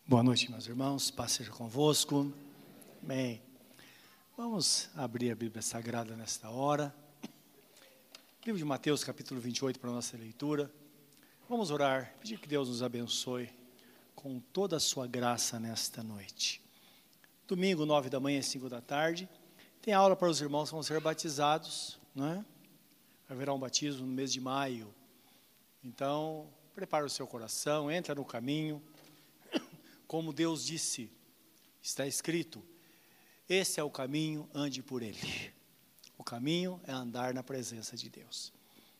Boa noite, meus irmãos, paz seja convosco. Amém. Vamos abrir a Bíblia Sagrada nesta hora. Livro de Mateus, capítulo 28, para a nossa leitura. Vamos orar, pedir que Deus nos abençoe com toda a sua graça nesta noite. Domingo, 9 da manhã e 5 da tarde, tem aula para os irmãos que vão ser batizados, não é? Haverá um batismo no mês de maio. Então, prepare o seu coração, entra no caminho. Como Deus disse, está escrito, esse é o caminho, ande por ele. O caminho é andar na presença de Deus.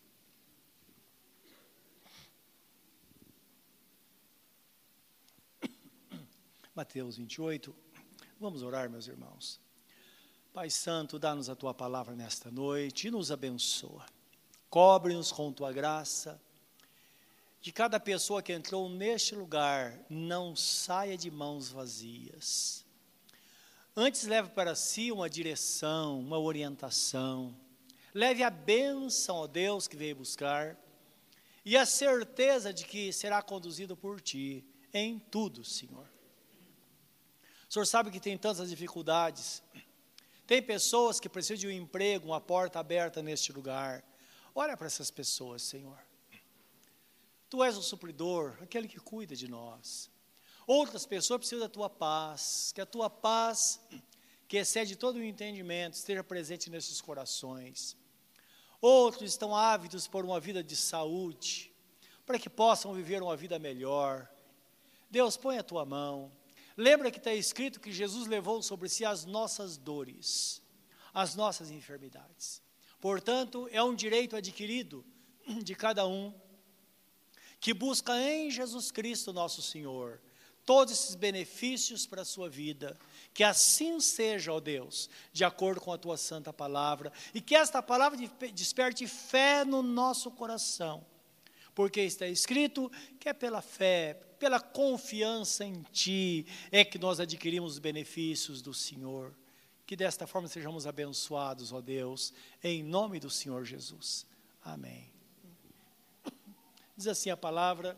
Mateus 28, vamos orar, meus irmãos. Pai Santo, dá-nos a Tua palavra nesta noite e nos abençoa. Cobre-nos com Tua graça. Que cada pessoa que entrou neste lugar não saia de mãos vazias. Antes leve para si uma direção, uma orientação. Leve a bênção, ó Deus, que veio buscar. E a certeza de que será conduzido por Ti em tudo, Senhor. O Senhor sabe que tem tantas dificuldades. Tem pessoas que precisam de um emprego, uma porta aberta neste lugar. Olha para essas pessoas, Senhor. Tu és o supridor, aquele que cuida de nós. Outras pessoas precisam da Tua paz, que a Tua paz, que excede todo o entendimento, esteja presente nesses corações. Outros estão ávidos por uma vida de saúde, para que possam viver uma vida melhor. Deus, põe a Tua mão. Lembra que está escrito que Jesus levou sobre si as nossas dores, as nossas enfermidades. Portanto, é um direito adquirido de cada um, que busca em Jesus Cristo nosso Senhor, todos esses benefícios para a sua vida, que assim seja, ó Deus, de acordo com a Tua santa palavra, e que esta palavra desperte fé no nosso coração, porque está escrito que é pela fé, pela confiança em Ti, é que nós adquirimos os benefícios do Senhor, que desta forma sejamos abençoados, ó Deus, em nome do Senhor Jesus. Amém. Diz assim a palavra,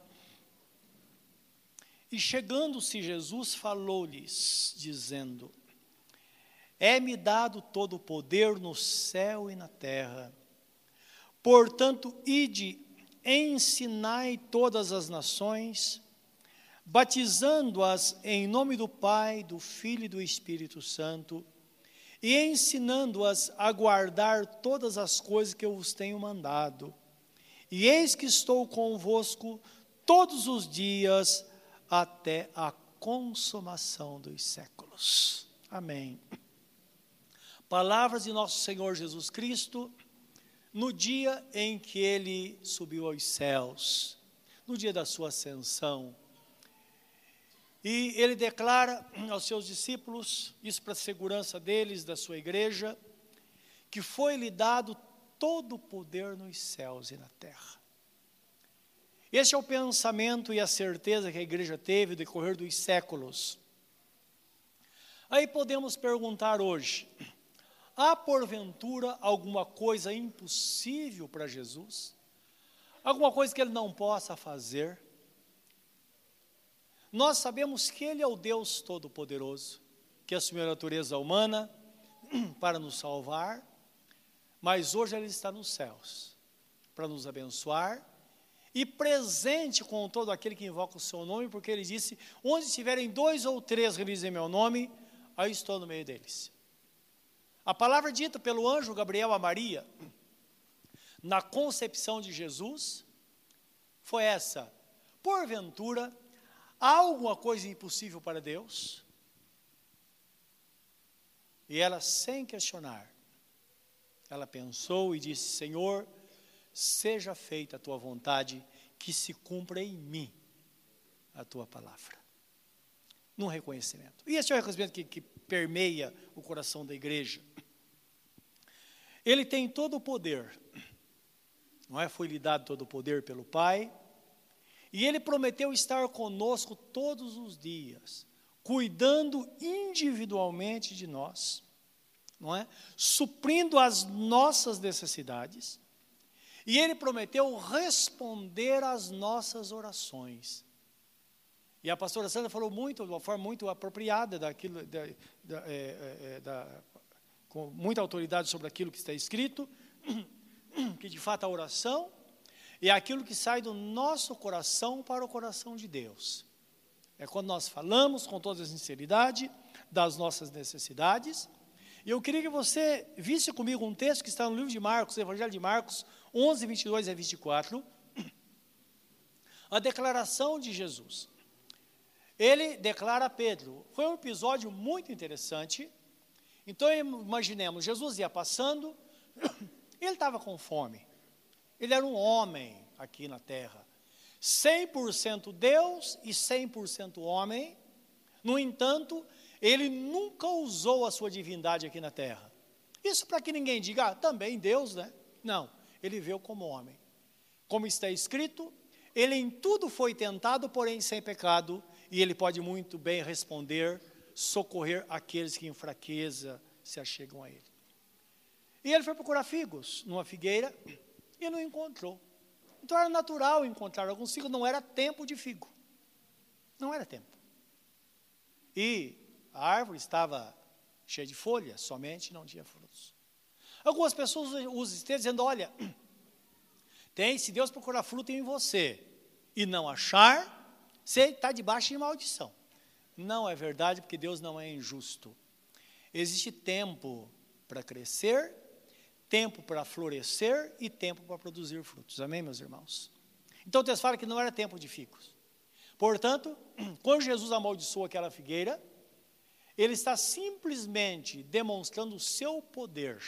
e chegando-se Jesus falou-lhes, dizendo, é-me dado todo o poder no céu e na terra, portanto, ide, ensinai todas as nações, batizando-as em nome do Pai, do Filho e do Espírito Santo, e ensinando-as a guardar todas as coisas que eu vos tenho mandado. E eis que estou convosco todos os dias até a consumação dos séculos. Amém. Palavras de nosso Senhor Jesus Cristo, no dia em que Ele subiu aos céus, no dia da sua ascensão. E Ele declara aos seus discípulos, isso para a segurança deles, da sua igreja, que foi-lhe dado todo o poder nos céus e na terra. Este é o pensamento e a certeza que a igreja teve no decorrer dos séculos. Aí podemos perguntar hoje, há porventura alguma coisa impossível para Jesus? Alguma coisa que Ele não possa fazer? Nós sabemos que Ele é o Deus Todo-Poderoso, que assumiu a natureza humana para nos salvar, mas hoje Ele está nos céus, para nos abençoar, e presente com todo aquele que invoca o seu nome, porque Ele disse, onde estiverem 2 ou 3 reunidos em meu nome, aí estou no meio deles. A palavra dita pelo anjo Gabriel a Maria, na concepção de Jesus, foi essa, porventura, há alguma coisa impossível para Deus? E ela, sem questionar, ela pensou e disse, Senhor, seja feita a Tua vontade, que se cumpra em mim a Tua palavra. Num reconhecimento. E esse é o reconhecimento que permeia o coração da igreja. Ele tem todo o poder, não é? Foi-lhe dado todo o poder pelo Pai, e Ele prometeu estar conosco todos os dias, cuidando individualmente de nós, não é? Suprindo as nossas necessidades, e Ele prometeu responder às nossas orações. E a pastora Sandra falou de uma forma muito apropriada, com muita autoridade sobre aquilo que está escrito, que de fato a oração é aquilo que sai do nosso coração para o coração de Deus. É quando nós falamos com toda a sinceridade das nossas necessidades. E eu queria que você visse comigo um texto que está no livro de Marcos, Evangelho de Marcos, 11, 22 a 24, a declaração de Jesus. Ele declara a Pedro. Foi um episódio muito interessante. Então, imaginemos, Jesus ia passando, ele estava com fome. Ele era um homem aqui na terra. 100% Deus e 100% homem. No entanto, ele nunca usou a sua divindade aqui na terra. Isso para que ninguém diga, também Deus, né? Não, ele veio como homem. Como está escrito, ele em tudo foi tentado, porém sem pecado, e ele pode muito bem responder, socorrer aqueles que em fraqueza se achegam a ele. E ele foi procurar figos numa figueira e não encontrou. Então era natural encontrar alguns figos, não era tempo de figo. Não era tempo. E a árvore estava cheia de folhas, somente não tinha frutos. Algumas pessoas usam esse texto dizendo, olha, se Deus procurar fruto em você e não achar, você está debaixo de maldição. Não é verdade, porque Deus não é injusto. Existe tempo para crescer, tempo para florescer e tempo para produzir frutos. Amém, meus irmãos? Então o texto fala que não era tempo de figos. Portanto, quando Jesus amaldiçoou aquela figueira, ele está simplesmente demonstrando o seu poder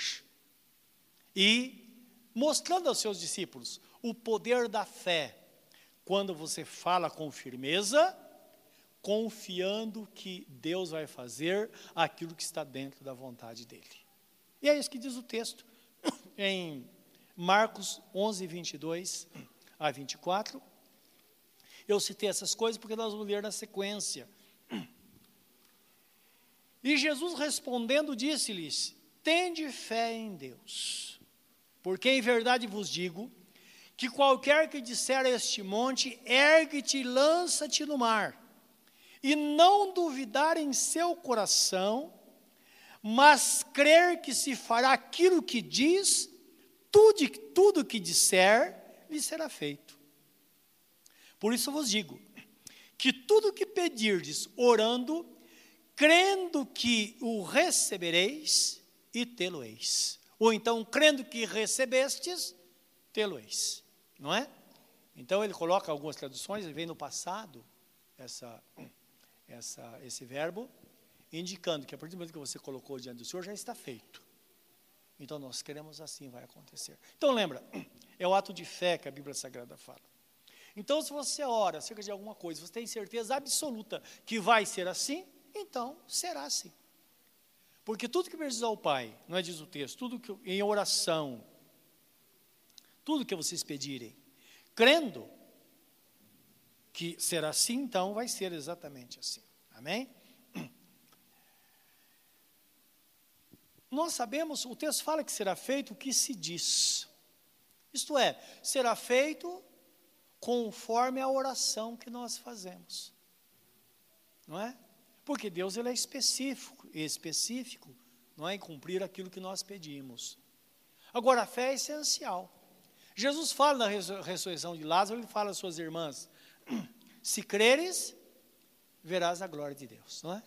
e mostrando aos seus discípulos o poder da fé, quando você fala com firmeza, confiando que Deus vai fazer aquilo que está dentro da vontade dele. E é isso que diz o texto, em Marcos 11, 22 a 24. Eu citei essas coisas porque nós vamos ler na sequência. E Jesus respondendo disse-lhes, tende fé em Deus, porque em verdade vos digo, que qualquer que disser a este monte, ergue-te e lança-te no mar, e não duvidar em seu coração, mas crer que se fará aquilo que diz, tudo que disser, lhe será feito. Por isso vos digo, que tudo que pedirdes orando, crendo que o recebereis, e tê-lo-eis. Ou então, crendo que recebestes, tê-lo-eis. Não é? Então, ele coloca algumas traduções, ele vem no passado, esse verbo, indicando que a partir do momento que você colocou diante do Senhor, já está feito. Então, nós queremos assim, vai acontecer. Então, lembra, é o ato de fé que a Bíblia Sagrada fala. Então, se você ora acerca de alguma coisa, você tem certeza absoluta que vai ser assim, então será assim. Porque tudo que pedirdes ao Pai, não é diz o texto, tudo que em oração, tudo que vocês pedirem, crendo que será assim, então vai ser exatamente assim. Amém? Nós sabemos, o texto fala que será feito o que se diz. Isto é, será feito conforme a oração que nós fazemos. Não é? Porque Deus ele é específico, não é em cumprir aquilo que nós pedimos. Agora, a fé é essencial. Jesus fala na ressurreição de Lázaro, ele fala às suas irmãs, se creres, verás a glória de Deus, não é?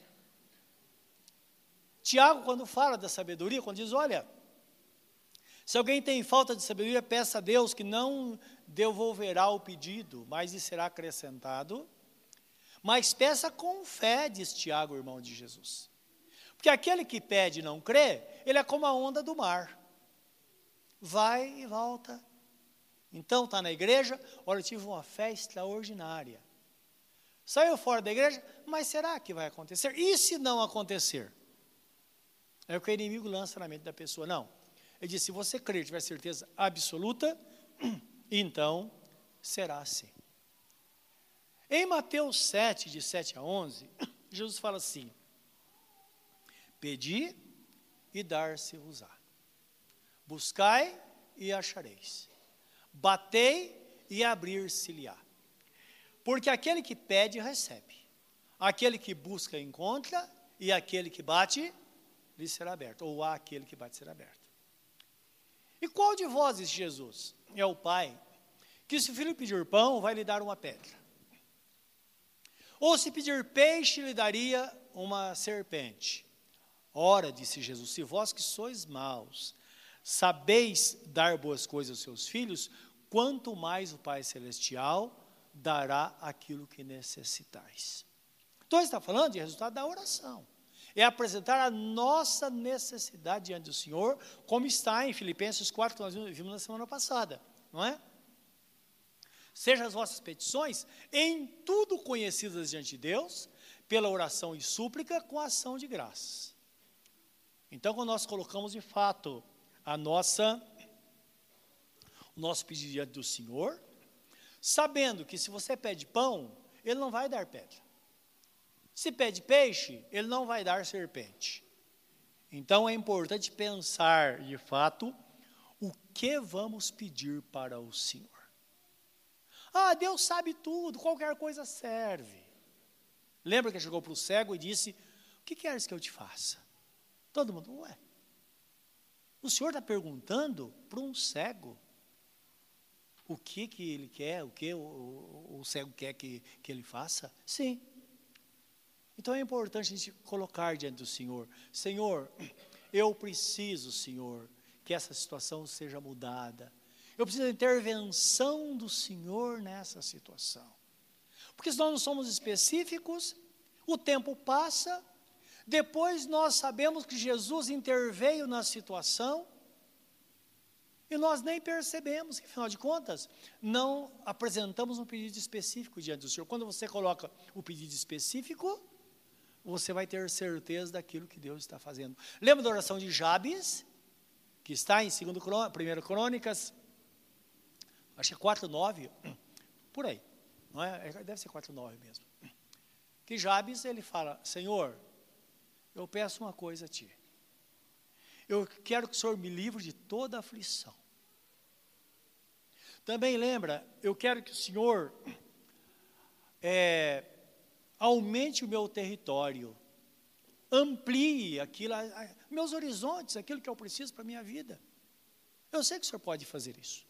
Tiago, quando fala da sabedoria, quando diz, olha, se alguém tem falta de sabedoria, peça a Deus que não devolverá o pedido, mas lhe será acrescentado. Mas peça com fé, diz Tiago, irmão de Jesus. Porque aquele que pede e não crê, ele é como a onda do mar. Vai e volta. Então está na igreja, olha, eu tive uma fé extraordinária. Saiu fora da igreja, mas será que vai acontecer? E se não acontecer? É o que o inimigo lança na mente da pessoa. Não. Ele diz, se você crer, tiver certeza absoluta, então será assim. Em Mateus 7, de 7 a 11, Jesus fala assim, pedi e dar-se-vos-á. Buscai e achareis. Batei e abrir-se-lhe-á. Porque aquele que pede, recebe. aquele que busca encontra, e aquele que bate, lhe será aberto. Ou aquele que bate será aberto. E qual de vós, disse Jesus, é o pai, que se o filho pedir pão, vai lhe dar uma pedra? Ou se pedir peixe, lhe daria uma serpente? Ora, disse Jesus, se vós que sois maus, sabeis dar boas coisas aos seus filhos, quanto mais o Pai Celestial dará aquilo que necessitais. Então, ele está falando de resultado da oração. É apresentar a nossa necessidade diante do Senhor, como está em Filipenses 4, que nós vimos na semana passada, não é? Sejam as vossas petições em tudo conhecidas diante de Deus, pela oração e súplica, com ação de graças. Então, quando nós colocamos de fato o nosso pedido diante do Senhor, sabendo que se você pede pão, Ele não vai dar pedra. Se pede peixe, Ele não vai dar serpente. Então é importante pensar, de fato, o que vamos pedir para o Senhor. Ah, Deus sabe tudo, qualquer coisa serve. Lembra que chegou para o cego e disse, o que queres que eu te faça? Todo mundo, ué. O Senhor está perguntando para um cego o que ele quer, o que o cego quer que ele faça? Sim. Então é importante a gente colocar diante do Senhor, Senhor, eu preciso, Senhor, que essa situação seja mudada. Eu preciso da intervenção do Senhor nessa situação. Porque se nós não somos específicos, o tempo passa, depois nós sabemos que Jesus interveio na situação, e nós nem percebemos que, afinal de contas, não apresentamos um pedido específico diante do Senhor. Quando você coloca o pedido específico, você vai ter certeza daquilo que Deus está fazendo. Lembra da oração de Jabes, que está em 1 Crônicas, acho que é 4:9, por aí, não é? Deve ser 4:9 mesmo. Que Jabes, ele fala, Senhor, eu peço uma coisa a Ti. Eu quero que o Senhor me livre de toda aflição. Também lembra, eu quero que o Senhor aumente o meu território, amplie meus horizontes, aquilo que eu preciso para a minha vida. Eu sei que o Senhor pode fazer isso.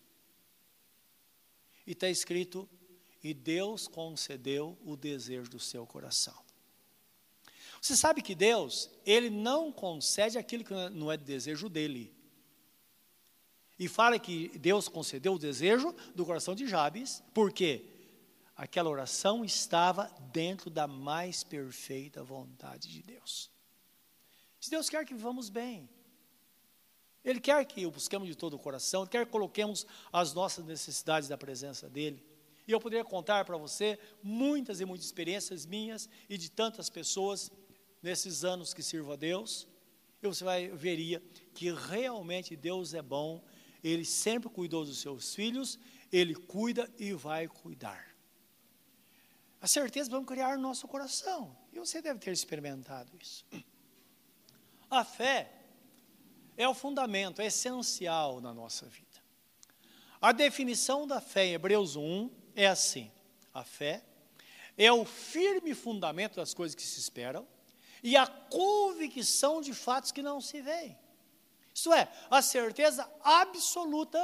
E está escrito, e Deus concedeu o desejo do seu coração. Você sabe que Deus, Ele não concede aquilo que não é desejo dEle. E fala que Deus concedeu o desejo do coração de Jabes, porque aquela oração estava dentro da mais perfeita vontade de Deus. Se Deus quer que vivamos bem, Ele quer que o busquemos de todo o coração, Ele quer que coloquemos as nossas necessidades da presença dEle. E eu poderia contar para você muitas e muitas experiências minhas e de tantas pessoas nesses anos que sirvo a Deus, e você veria que realmente Deus é bom, Ele sempre cuidou dos seus filhos, Ele cuida e vai cuidar. A certeza vamos criar no nosso coração, e você deve ter experimentado isso. A fé é o fundamento, é essencial na nossa vida. A definição da fé em Hebreus 1 é assim, a fé é o firme fundamento das coisas que se esperam, e a convicção de fatos que não se veem. Isso é, a certeza absoluta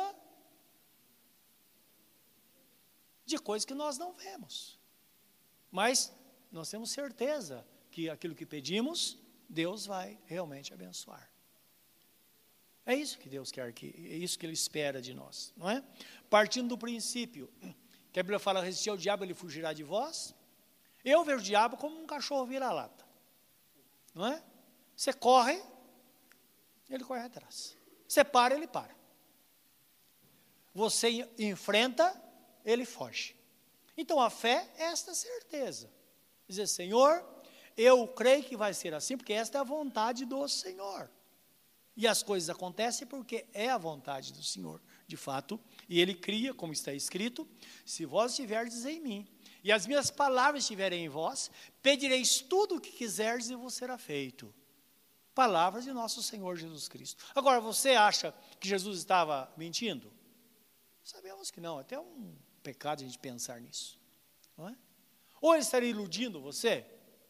de coisas que nós não vemos. Mas nós temos certeza que aquilo que pedimos, Deus vai realmente abençoar. É isso que Deus quer, é isso que Ele espera de nós, não é? Partindo do princípio, que a Bíblia fala, resistir ao diabo, ele fugirá de vós. Eu vejo o diabo como um cachorro vira-lata. Não é? Você corre, ele corre atrás. Você para, ele para. Você enfrenta, ele foge. Então a fé é esta certeza. Dizer, Senhor, eu creio que vai ser assim, porque esta é a vontade do Senhor. E as coisas acontecem porque é a vontade do Senhor, de fato. E Ele cria, como está escrito, se vós estiverdes em mim, e as minhas palavras estiverem em vós, pedireis tudo o que quiserdes e vos será feito. Palavras de nosso Senhor Jesus Cristo. Agora, você acha que Jesus estava mentindo? Sabemos que não, até um pecado a gente pensar nisso. Não é? Ou Ele estaria iludindo você?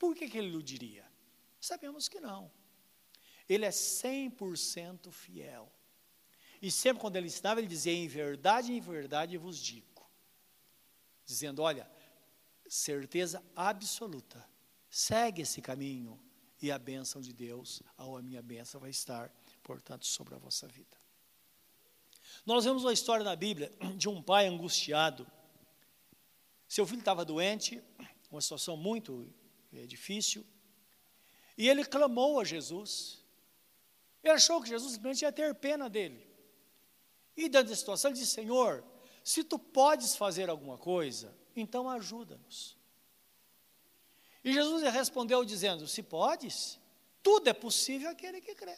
Por que ele iludiria? Sabemos que não. Ele é 100% fiel. E sempre quando ele ensinava, ele dizia, em verdade vos digo. Dizendo, olha, certeza absoluta, segue esse caminho e a bênção de Deus, ou a minha bênção vai estar, portanto, sobre a vossa vida. Nós vemos uma história na Bíblia de um pai angustiado. Seu filho estava doente, uma situação muito difícil, e ele clamou a Jesus. Ele achou que Jesus simplesmente ia ter pena dele. E dentro da situação ele disse, Senhor, se tu podes fazer alguma coisa, então ajuda-nos. E Jesus lhe respondeu dizendo, se podes, tudo é possível àquele que crê.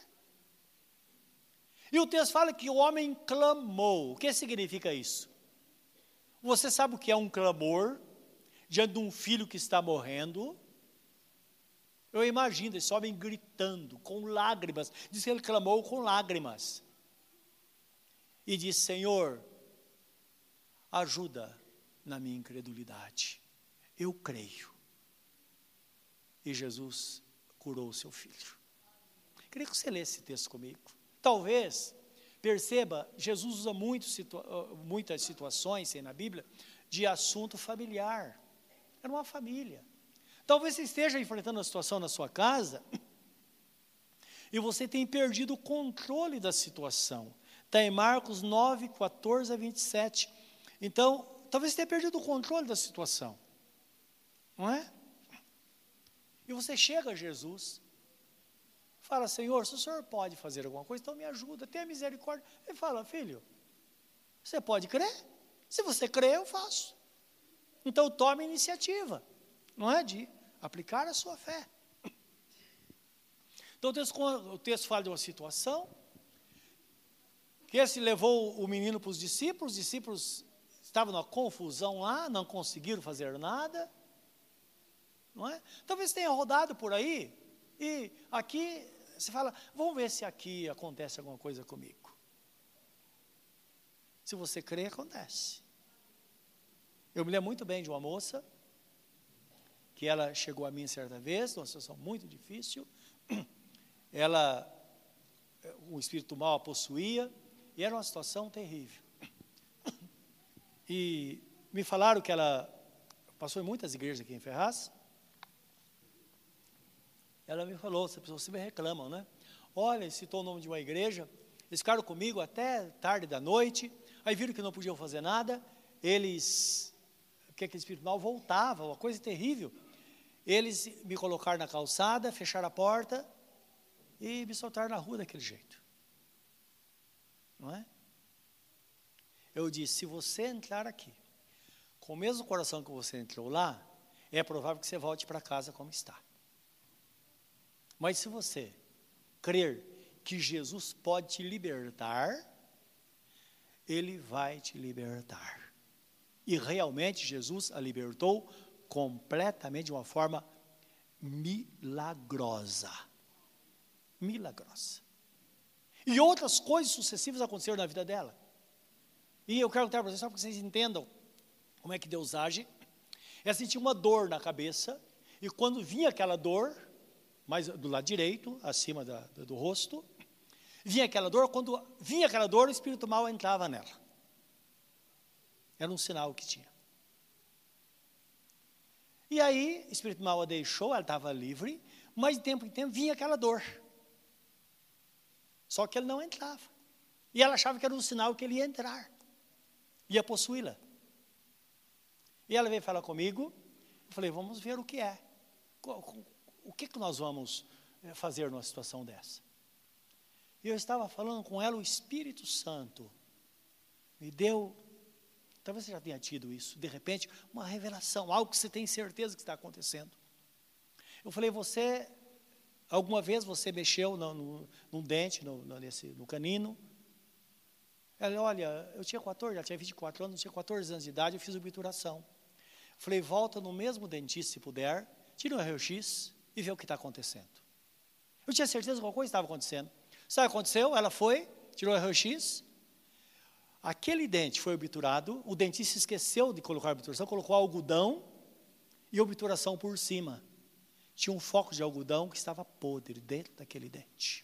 E o texto fala que o homem clamou. O que significa isso? Você sabe o que é um clamor diante de um filho que está morrendo? Eu imagino esse homem gritando, com lágrimas. Diz que ele clamou com lágrimas. E disse, Senhor, ajuda na minha incredulidade. Eu creio. E Jesus curou o seu filho. Queria que você lesse esse texto comigo. Talvez, perceba, Jesus usa muitas situações aí na Bíblia de assunto familiar. Era uma família. Talvez você esteja enfrentando uma situação na sua casa e você tenha perdido o controle da situação. Está em Marcos 9, 14 a 27. Então, talvez você tenha perdido o controle da situação. Não é? E você chega a Jesus, fala, Senhor, se o Senhor pode fazer alguma coisa, então me ajuda, tenha misericórdia. Ele fala, filho, você pode crer? Se você crer, eu faço. Então tome a iniciativa, não é? De aplicar a sua fé. Então o texto fala de uma situação, que esse levou o menino para os discípulos estavam numa confusão lá, não conseguiram fazer nada, não é? Talvez tenha rodado por aí, e aqui você fala, vamos ver se aqui acontece alguma coisa comigo. Se você crê, acontece. Eu me lembro muito bem de uma moça, que ela chegou a mim certa vez, numa situação muito difícil, o espírito mal a possuía, e era uma situação terrível. E me falaram que ela passou em muitas igrejas aqui em Ferraz. Ela me falou, as pessoas sempre reclamam, né? Olha, citou o nome de uma igreja, eles ficaram comigo até tarde da noite, aí viram que não podiam fazer nada, porque aquele espírito mal voltava, uma coisa terrível. Eles me colocaram na calçada, fecharam a porta e me soltaram na rua daquele jeito. Não é? Eu disse, se você entrar aqui, com o mesmo coração que você entrou lá, é provável que você volte para casa como está. Mas se você crer que Jesus pode te libertar, Ele vai te libertar. E realmente Jesus a libertou completamente de uma forma milagrosa. Milagrosa. E outras coisas sucessivas aconteceram na vida dela. E eu quero contar para vocês, só para que vocês entendam como é que Deus age. Ela sentia uma dor na cabeça, e quando vinha aquela dor, mais do lado direito, acima do rosto, vinha aquela dor, quando vinha aquela dor, o espírito mal entrava nela. Era um sinal que tinha. E aí, o espírito mal a deixou, ela estava livre, mas de tempo em tempo vinha aquela dor. Só que ele não entrava. E ela achava que era um sinal que ele ia entrar, ia possuí-la. E ela veio falar comigo, eu falei, vamos ver o que é. O que nós vamos fazer numa situação dessa? E eu estava falando com ela, o Espírito Santo me deu, talvez você já tenha tido isso, de repente, uma revelação, algo que você tem certeza que está acontecendo. Eu falei, alguma vez você mexeu num dente, no canino? Ela, olha, eu tinha 14, ela tinha 24 anos, eu tinha 14 anos de idade, eu fiz obturação. Eu falei, volta no mesmo dentista se puder, tira um raio-x e vê o que está acontecendo. Eu tinha certeza que alguma coisa estava acontecendo. Sabe o que aconteceu? Ela foi, tirou o raio-x, aquele dente foi obturado, o dentista esqueceu de colocar a obturação, colocou algodão e obturação por cima. tinha um foco de algodão que estava podre dentro daquele dente.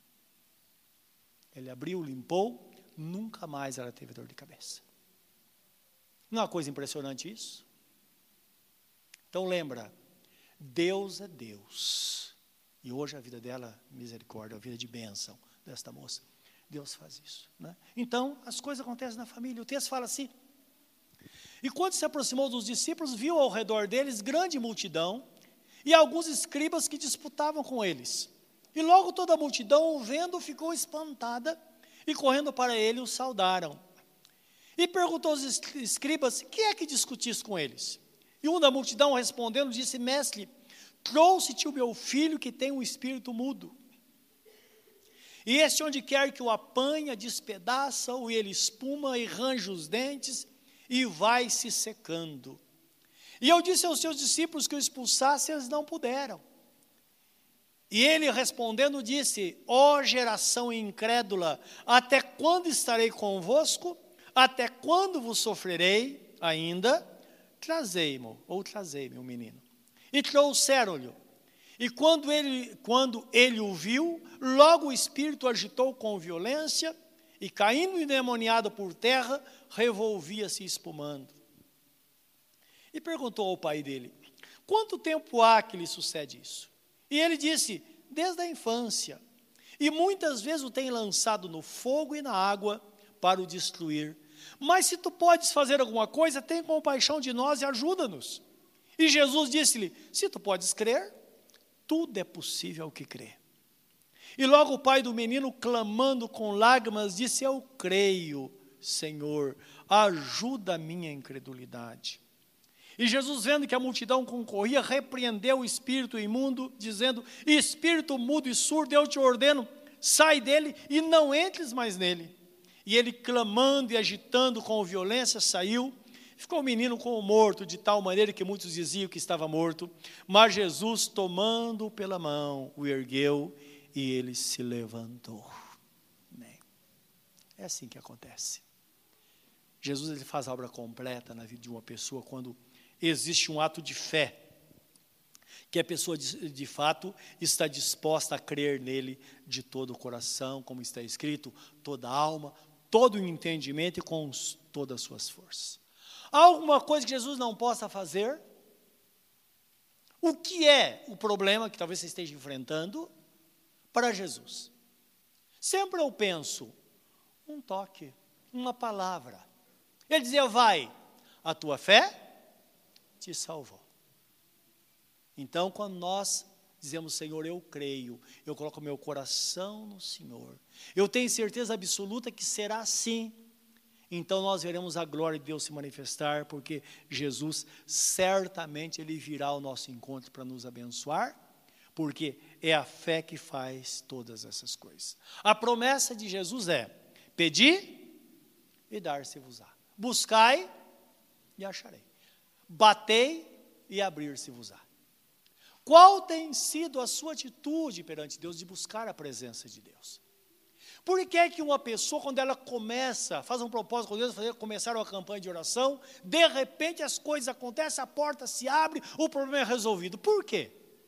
Ele abriu, limpou, nunca mais ela teve dor de cabeça. Não é uma coisa impressionante isso? Então lembra, Deus é Deus. E hoje a vida dela, misericórdia, a vida de bênção desta moça. Deus faz isso, né? Então, as coisas acontecem na família. O texto fala assim: e quando se aproximou dos discípulos, viu ao redor deles grande multidão e alguns escribas que disputavam com eles. E logo toda a multidão, o vendo, ficou espantada e correndo para ele, o saudaram. E perguntou aos escribas: que é que discutis com eles? E um da multidão, respondendo, disse: mestre, trouxe-te o meu filho que tem um espírito mudo. E este, onde quer que o apanha, despedaça-o, e ele espuma e range os dentes, e vai se secando. E eu disse aos seus discípulos que o expulsasse, eles não puderam. E ele respondendo disse: ó geração incrédula, até quando estarei convosco? Até quando vos sofrerei ainda? Trazei-me o menino. E trouxeram-lhe. E quando ele o viu, logo o espírito agitou com violência, e caindo endemoniado por terra, revolvia-se espumando. E perguntou ao pai dele: quanto tempo há que lhe sucede isso? E ele disse: desde a infância. E muitas vezes o tem lançado no fogo e na água para o destruir. Mas se tu podes fazer alguma coisa, tem compaixão de nós e ajuda-nos. E Jesus disse-lhe: se tu podes crer, tudo é possível ao que crê. E logo o pai do menino, clamando com lágrimas, disse: eu creio, Senhor, ajuda a minha incredulidade. E Jesus, vendo que a multidão concorria, repreendeu o espírito imundo, dizendo: espírito mudo e surdo, eu te ordeno, sai dele e não entres mais nele. E ele, clamando e agitando com violência, saiu. Ficou o menino como morto, de tal maneira que muitos diziam que estava morto. Mas Jesus, tomando-o pela mão, o ergueu e ele se levantou. Amém. É assim que acontece. Jesus, ele faz a obra completa na vida de uma pessoa quando existe um ato de fé, que a pessoa de fato está disposta a crer nele de todo o coração, como está escrito, toda a alma, todo o entendimento e com todas as suas forças. Há alguma coisa que Jesus não possa fazer? O que é o problema que talvez você esteja enfrentando para Jesus? Sempre eu penso, um toque, uma palavra. Ele dizia: vai, a tua fé te salvou. Então, quando nós dizemos: Senhor, eu creio, eu coloco meu coração no Senhor, eu tenho certeza absoluta que será assim, então nós veremos a glória de Deus se manifestar, porque Jesus certamente ele virá ao nosso encontro para nos abençoar, porque é a fé que faz todas essas coisas. A promessa de Jesus é: pedi e dar-se-vos-á, buscai e acharei, batei e abrir-se-vos-á. Qual tem sido a sua atitude perante Deus de buscar a presença de Deus? Por que é que uma pessoa, quando ela faz um propósito com Deus, começar uma campanha de oração, de repente as coisas acontecem, a porta se abre, o problema é resolvido? Por quê?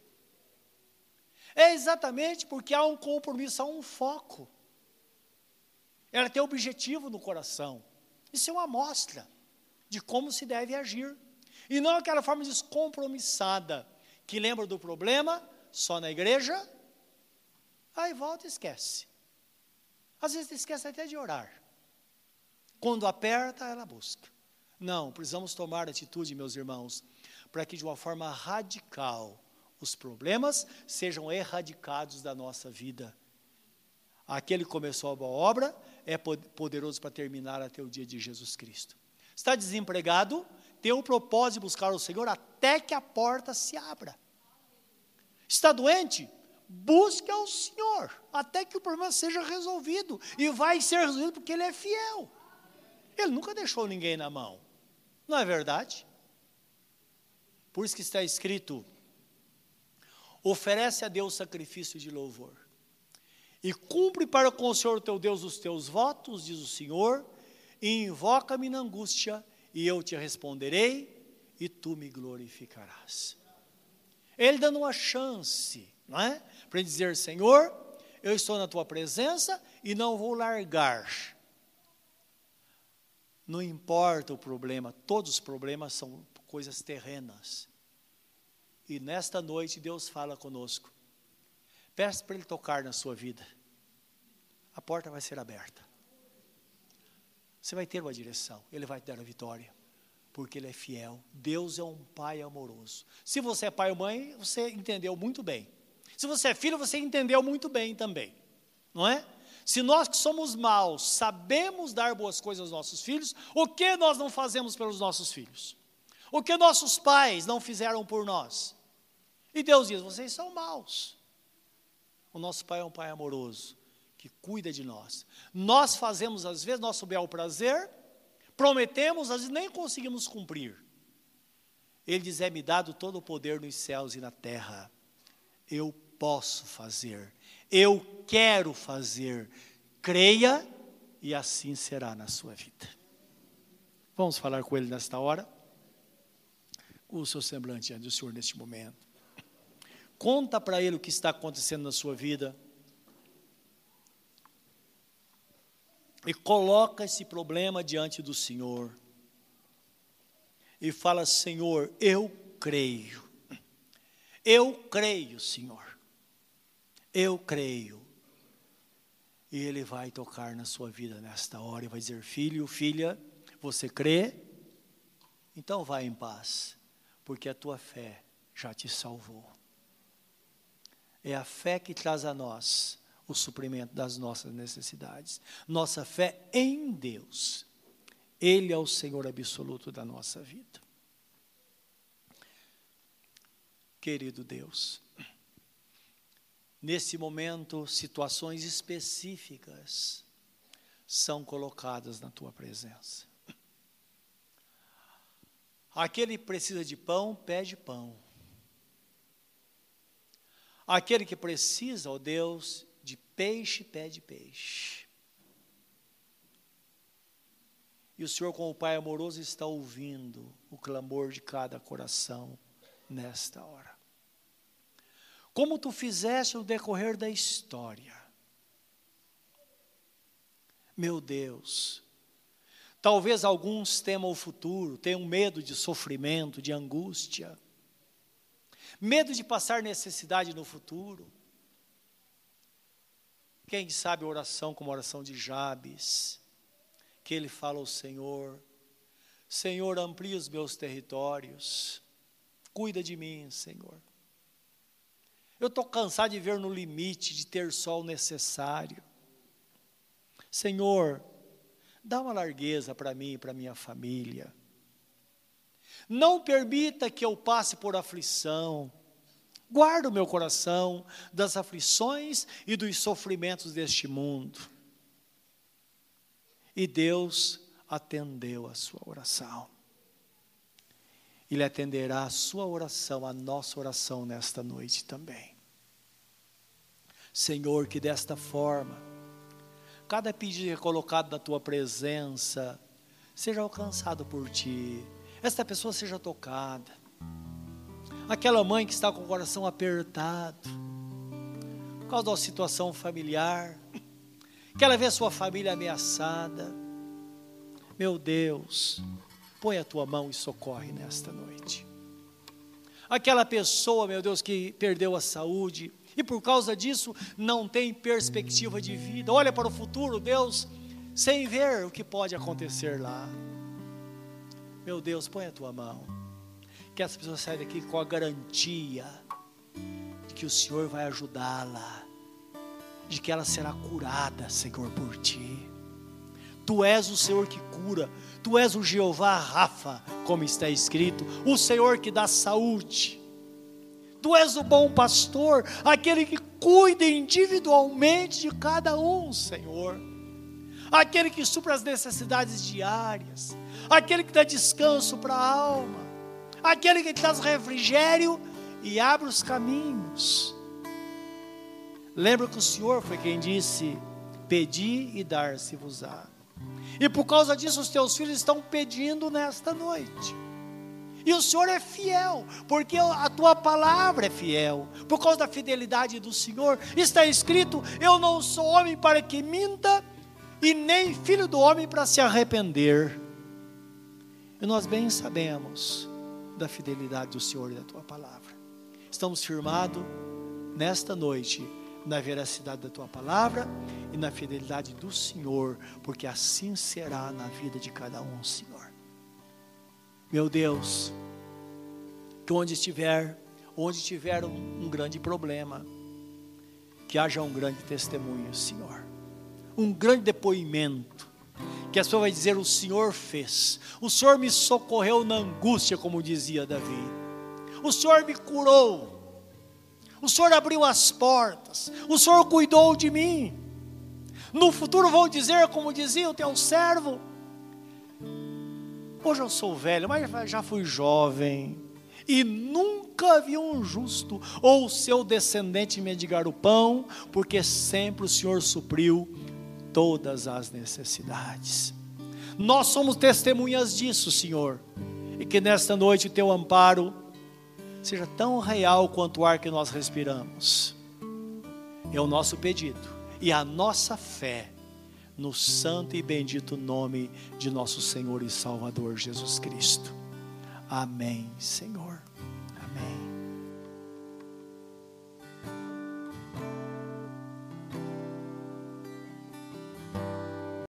É exatamente porque há um compromisso, há um foco. Ela tem objetivo no coração. Isso é uma amostra de como se deve agir. E não aquela forma descompromissada, que lembra do problema, só na igreja, aí volta e esquece. Às vezes esquece até de orar. Quando aperta, ela busca. Não, precisamos tomar atitude, meus irmãos, para que de uma forma radical os problemas sejam erradicados da nossa vida. Aquele que começou a boa obra é poderoso para terminar até o dia de Jesus Cristo. Está desempregado? Tem o propósito de buscar o Senhor até que a porta se abra. Está doente? Busque ao Senhor até que o problema seja resolvido. E vai ser resolvido porque Ele é fiel. Ele nunca deixou ninguém na mão. Não é verdade? Por isso que está escrito: oferece a Deus sacrifício de louvor. E cumpre para com o Senhor teu Deus os teus votos, diz o Senhor, e invoca-me na angústia, e eu te responderei, e tu me glorificarás. Ele dando uma chance, não é? Para dizer: Senhor, eu estou na tua presença e não vou largar. Não importa o problema, todos os problemas são coisas terrenas. E nesta noite Deus fala conosco. Peça para Ele tocar na sua vida. A porta vai ser aberta. Você vai ter uma direção, Ele vai te dar a vitória. Porque Ele é fiel. Deus é um Pai amoroso. Se você é pai ou mãe, você entendeu muito bem. Se você é filho, você entendeu muito bem também. Não é? Se nós que somos maus sabemos dar boas coisas aos nossos filhos, o que nós não fazemos pelos nossos filhos? O que nossos pais não fizeram por nós? E Deus diz: vocês são maus. O nosso Pai é um Pai amoroso, que cuida de nós. Nós fazemos às vezes nosso bel prazer, prometemos, às vezes nem conseguimos cumprir. Ele diz: é-me dado todo o poder nos céus e na terra. Eu posso fazer, eu quero fazer. Creia e assim será na sua vida. Vamos falar com Ele nesta hora. O seu semblante diante do Senhor neste momento. Conta para Ele o que está acontecendo na sua vida. E coloca esse problema diante do Senhor. E fala: Senhor, eu creio. Eu creio, Senhor. Eu creio. E Ele vai tocar na sua vida nesta hora e vai dizer: filho, filha, você crê? Então vai em paz, porque a tua fé já te salvou. É a fé que traz a nós o suprimento das nossas necessidades. Nossa fé em Deus. Ele é o Senhor absoluto da nossa vida. Querido Deus, nesse momento, situações específicas são colocadas na tua presença. Aquele que precisa de pão, pede pão. Aquele que precisa, ó Deus, de peixe, pede peixe. E o Senhor, como Pai amoroso, está ouvindo o clamor de cada coração nesta hora. Como tu fizeste no decorrer da história. Meu Deus, talvez alguns temam o futuro, tenham medo de sofrimento, de angústia, medo de passar necessidade no futuro. Quem sabe a oração como a oração de Jabes, que ele fala ao Senhor: Senhor, amplia os meus territórios, cuida de mim, Senhor. Eu estou cansado de ver no limite, de ter só o necessário. Senhor, dá uma largueza para mim e para minha família. Não permita que eu passe por aflição. Guarda o meu coração das aflições e dos sofrimentos deste mundo. E Deus atendeu a sua oração. Ele atenderá a sua oração, a nossa oração nesta noite também. Senhor, que desta forma, cada pedido que é colocado na tua presença, seja alcançado por ti. Esta pessoa seja tocada. Aquela mãe que está com o coração apertado, por causa da situação familiar, que ela vê a sua família ameaçada. Meu Deus, põe a tua mão e socorre nesta noite. Aquela pessoa, meu Deus, que perdeu a saúde e por causa disso não tem perspectiva de vida. Olha para o futuro, Deus, sem ver o que pode acontecer lá. Meu Deus, põe a tua mão. Que essa pessoa saia daqui com a garantia de que o Senhor vai ajudá-la, de que ela será curada, Senhor, por ti. Tu és o Senhor que cura, tu és o Jeová Rafa, como está escrito, o Senhor que dá saúde. Tu és o bom pastor, aquele que cuida individualmente de cada um, Senhor. Aquele que supra as necessidades diárias, aquele que dá descanso para a alma, aquele que traz refrigério e abre os caminhos. Lembra que o Senhor foi quem disse: pedi e dar-se-vos-á. E por causa disso os teus filhos estão pedindo nesta noite. E o Senhor é fiel, porque a tua palavra é fiel. Por causa da fidelidade do Senhor, está escrito: eu não sou homem para que minta, e nem filho do homem para se arrepender. E nós bem sabemos da fidelidade do Senhor e da tua palavra. Estamos firmados nesta noite na veracidade da tua palavra e na fidelidade do Senhor, porque assim será na vida de cada um, Senhor. Meu Deus, que onde tiver um grande problema, que haja um grande testemunho, Senhor, um grande depoimento, que a pessoa vai dizer: o Senhor fez, o Senhor me socorreu na angústia, como dizia Davi, o Senhor me curou, o Senhor abriu as portas, o Senhor cuidou de mim. No futuro vão dizer, como dizia o teu servo: hoje eu sou velho, mas já fui jovem, e nunca vi um justo ou seu descendente mendigar o pão, porque sempre o Senhor supriu todas as necessidades. Nós somos testemunhas disso, Senhor, e que nesta noite o teu amparo seja tão real quanto o ar que nós respiramos. É o nosso pedido e a nossa fé no santo e bendito nome de nosso Senhor e Salvador Jesus Cristo. Amém, Senhor. Amém.